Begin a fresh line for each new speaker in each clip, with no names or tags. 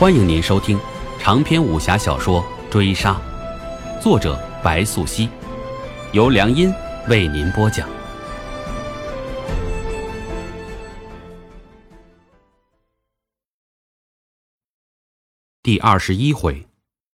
欢迎您收听长篇武侠小说《追杀》，作者白素熙，由良音为您播讲。第21回，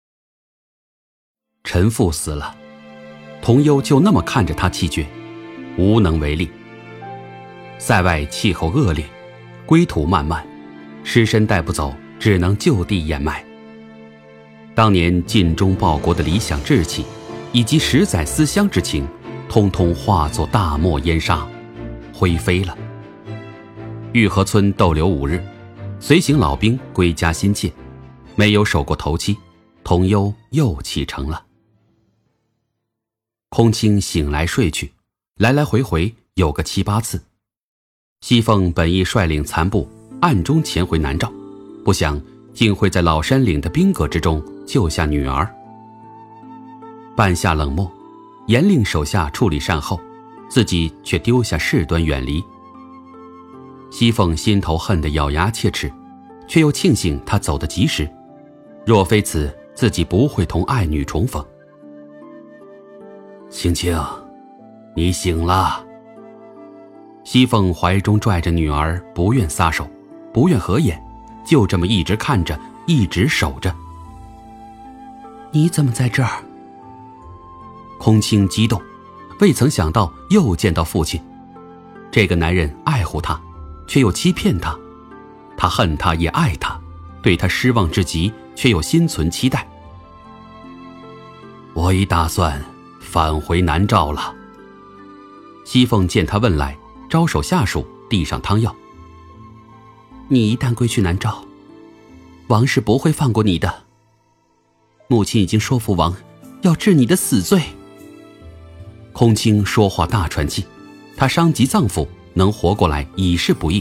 陈父死了，童优就那么看着他气绝，无能为力。塞外气候恶劣，归途漫漫，尸身带不走，只能就地掩埋。当年尽忠报国的理想志气，以及十载思乡之情，通通化作大漠烟沙，灰飞了。玉河村逗留5日，随行老兵归家心切，没有守过头七，童优又启程了。空清醒来睡去，来来回回有个7、8次。西凤本意率领残部暗中潜回南诏，不想竟会在老山岭的兵戈之中救下女儿。半夏冷漠，严令手下处理善后，自己却丢下事端远离。西凤心头恨得咬牙切齿，却又庆幸他走得及时，若非此，自己不会同爱女重逢。青青，你醒了。西凤怀中拽着女儿，不愿撒手，不愿合眼，就这么一直看着，一直守着。你怎么在这儿？空清激动，未曾想到又见到父亲。这个男人爱护他，却又欺骗他，他恨他也爱他，对他失望至极，却又心存期待。我已打算返回南诏了。西凤见他问来，招手下属，递上汤药。你一旦归去南诏，王是不会放过你的。母亲已经说服王，要治你的死罪。空清说话大喘气，他伤及脏腑，能活过来已是不易。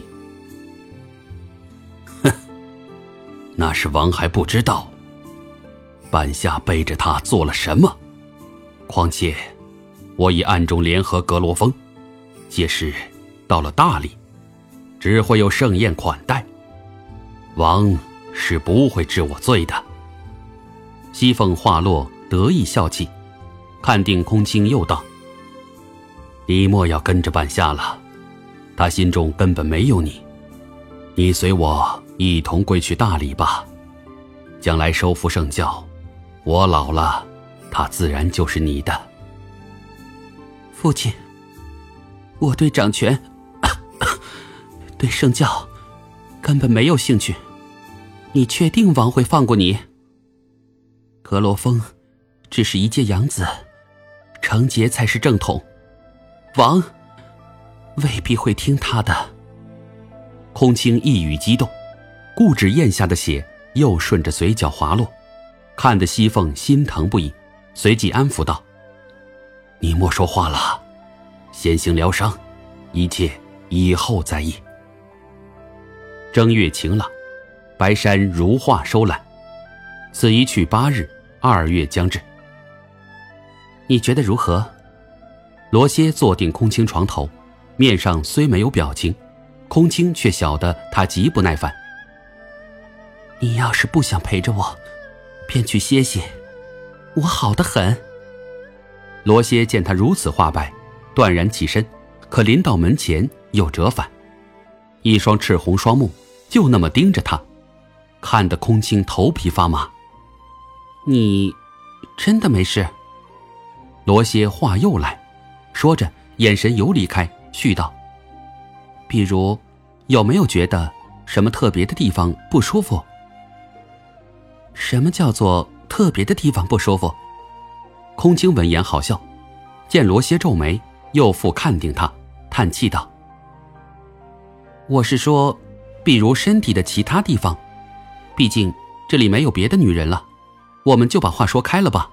哼，那是王还不知道，半夏背着他做了什么。况且，我已暗中联合阁罗峰，届时到了大理，只会有盛宴款待，王是不会治我罪的。西凤话落，得意笑气，看定空清又道：你莫要跟着半夏了，他心中根本没有你，你随我一同归去大理吧。将来收复圣教，我老了，他自然就是你的。父亲，我对掌权对圣教根本没有兴趣，你确定王会放过你？阁罗峰只是一介养子，程杰才是正统，王未必会听他的。空清一语激动，固执咽下的血又顺着嘴角滑落，看得西凤心疼不已，随即安抚道：你莫说话了，先行疗伤，一切以后再议。正月晴朗，白山如画收揽，此一去8日，2月将至。你觉得如何？罗歇坐定空清床头，面上虽没有表情，空清却晓得他极不耐烦。你要是不想陪着我，便去歇歇，我好得很。罗歇见他如此话败，断然起身，可临到门前又折返，一双赤红双目就那么盯着他，看得空清头皮发麻。你真的没事？罗歇话又来，说着眼神游离开，絮道：比如有没有觉得什么特别的地方不舒服？什么叫做特别的地方不舒服？空清闻言好笑，见罗歇皱眉，又复看定他，叹气道：我是说，比如身体的其他地方，毕竟这里没有别的女人了，我们就把话说开了吧。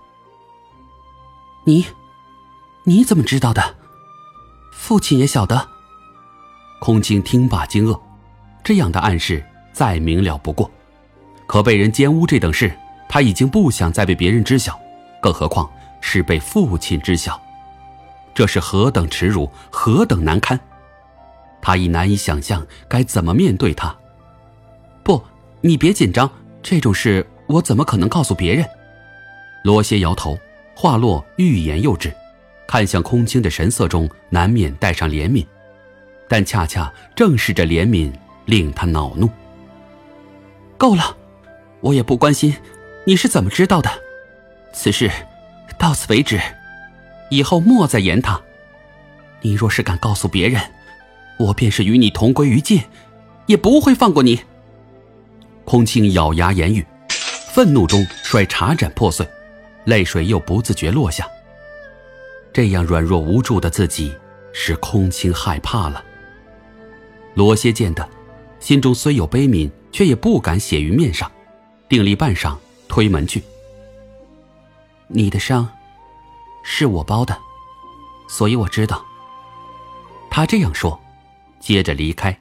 你怎么知道的？父亲也晓得。空清听罢惊愕，这样的暗示再明了不过，可被人奸污这等事，他已经不想再被别人知晓，更何况是被父亲知晓，这是何等耻辱，何等难堪，他已难以想象该怎么面对他。不，你别紧张， 这种事我怎么可能告诉别人？罗歇摇头，话落欲言又止，看向空青的神色中难免带上怜悯，但恰恰正是这怜悯令他恼怒。够了，我也不关心你是怎么知道的，此事到此为止，以后莫再言他。你若是敢告诉别人，我便是与你同归于尽，也不会放过你。空青咬牙言语，愤怒中摔茶盏破碎，泪水又不自觉落下。这样软弱无助的自己使空青害怕了。罗歇见得心中虽有悲悯，却也不敢写于面上，定力半晌，推门去。你的伤是我包的，所以我知道。他这样说，接着离开。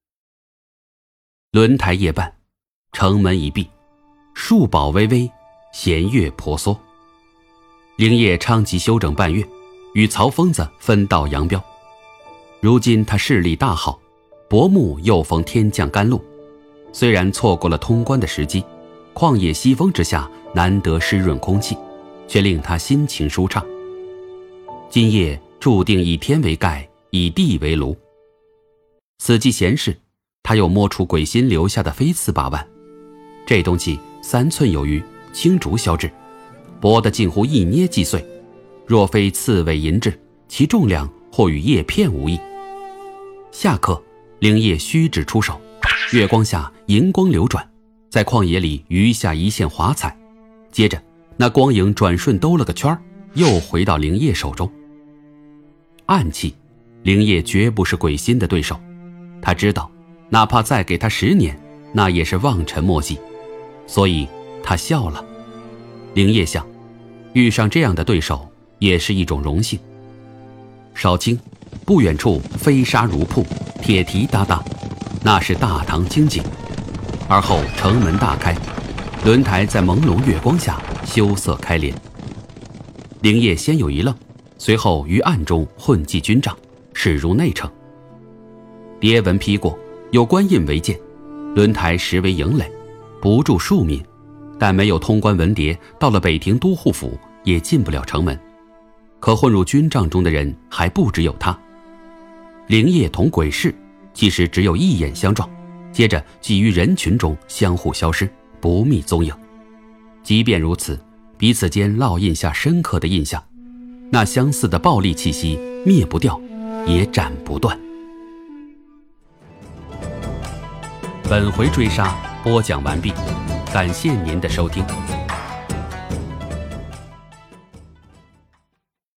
轮台夜半，城门已闭，树宝微微，弦乐婆娑。灵业昌吉休整半月，与曹疯子分道扬镳。如今他势力大好，薄暮又逢天降甘露，虽然错过了通关的时机，旷野西风之下难得湿润空气，却令他心情舒畅。今夜注定以天为盖，以地为炉。此际闲事，他又摸出鬼心留下的飞刺把玩，这东西3寸有余，轻竹削制，薄得近乎一捏即碎，若非刺猬银质，其重量或与叶片无异。下刻，灵叶虚指出手，月光下银光流转，在旷野里余下一线华彩，接着那光影转瞬兜了个圈，又回到灵叶手中。暗器，灵叶绝不是鬼心的对手，他知道哪怕再给他10年，那也是望尘莫及，所以他笑了。灵叶想，遇上这样的对手也是一种荣幸。少卿，不远处飞沙如瀑，铁蹄哒哒，那是大唐京景。而后城门大开，轮台在朦胧月光下羞涩开帘。灵叶先有一愣，随后于暗中混迹军帐，驶入内城。牒文批过，有官印为鉴，轮台实为营垒，不住庶民，但没有通关文牒，到了北庭都护府也进不了城门。可混入军帐中的人还不只有他。灵叶同鬼市其实只有一眼相撞，接着即于人群中相互消失，不觅踪影。即便如此，彼此间烙印下深刻的印象，那相似的暴力气息灭不掉，也斩不断。本回追杀播讲完毕，感谢您的收听。